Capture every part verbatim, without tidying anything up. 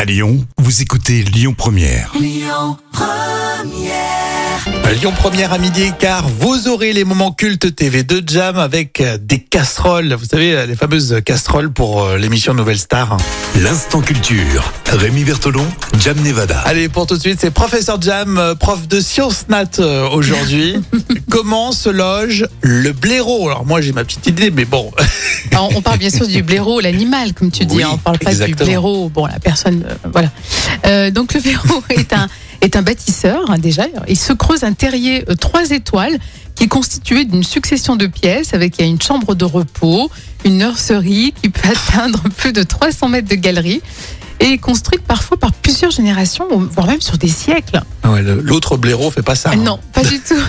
À Lyon, vous écoutez Lyon Première. Lyon Première. Lyon Première à midi et quart, vous aurez les moments cultes T V de Jam avec des casseroles. Vous savez, les fameuses casseroles pour l'émission Nouvelle Star. L'instant culture. Rémi Bertolon, Jam Nevada. Allez, pour tout de suite, c'est Professeur Jam, prof de sciences nat euh, aujourd'hui. Comment se loge le blaireau? Alors moi, j'ai ma petite idée, mais bon. Alors, on parle bien sûr du blaireau, l'animal, comme tu dis. Oui, hein, on parle pas exactement. du blaireau. Bon, la personne, euh, voilà. Euh, donc le blaireau est un est un bâtisseur hein, déjà. Il se creuse un terrier euh, trois étoiles qui est constitué d'une succession de pièces avec il y a une chambre de repos, une nurserie qui peut atteindre plus de trois cents mètres de galerie et est construite parfois par plusieurs générations, voire même sur des siècles. Ouais, le- l'autre blaireau fait pas ça. hein. Non, pas du tout.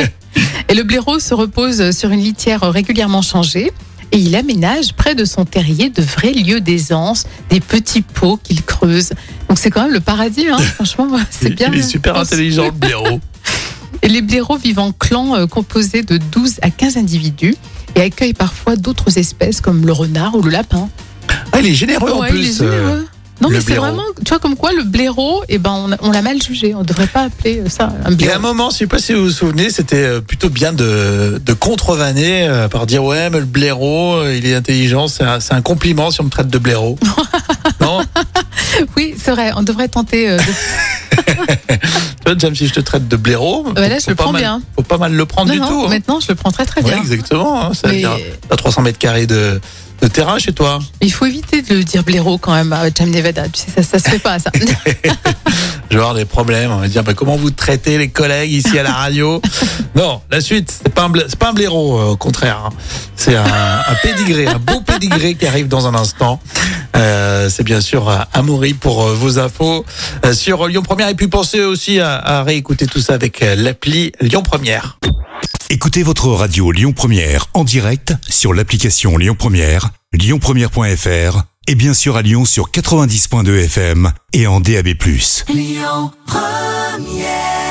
Et le blaireau se repose sur une litière régulièrement changée et il aménage près de son terrier de vrais lieux d'aisance, des petits pots qu'il creuse. Donc c'est quand même le paradis, hein. Franchement, c'est Il- bien. Il est super pensé. intelligent, le blaireau. Et les blaireaux vivent en clans euh, composés de douze à quinze individus et accueillent parfois d'autres espèces comme le renard ou le lapin. Ah, il est généreux en Ouais, il est plus. euh, généreux. Non, le mais c'est blaireau. vraiment, tu vois, comme quoi le blaireau, eh ben, on, a- on l'a mal jugé. On ne devrait pas appeler ça un Il y a un blaireau. moment, je ne sais pas si vous vous souvenez, c'était euh, plutôt bien de, de contrevanner euh, par dire ouais, mais le blaireau, euh, il est intelligent, c'est un, c'est un compliment si on me traite de blaireau. Non, Oui, c'est vrai, on devrait tenter euh, de tu vois, Jam, si je te traite de blaireau, Ouais, là, je faut le pas prends mal- bien. Faut pas mal le prendre Non, du non, tout. hein. maintenant je le prends très très Ouais, bien. exactement. hein, ça veut Mais- dire, t'as trois cents mètres carrés de, de terrain chez toi. Il faut éviter de le dire blaireau quand même à Jam Nevada. Tu sais, ça, ça se fait pas ça. Je vais avoir des problèmes. On va dire bah, comment vous traitez les collègues ici à la radio. Non, la suite, c'est pas un, bla- c'est pas un blaireau, euh, au contraire. hein. C'est un, un pédigré, un beau pédigré qui arrive dans un instant. Euh, c'est bien sûr euh, Amaury pour euh, vos infos euh, sur Lyon Première. Et puis pensez aussi à, à réécouter tout ça avec euh, l'appli Lyon Première. Écoutez votre radio Lyon Première en direct sur l'application Lyon Première, lyon première point f r et bien sûr à Lyon sur quatre-vingt-dix point deux F M et en D A B plus. Lyon Première.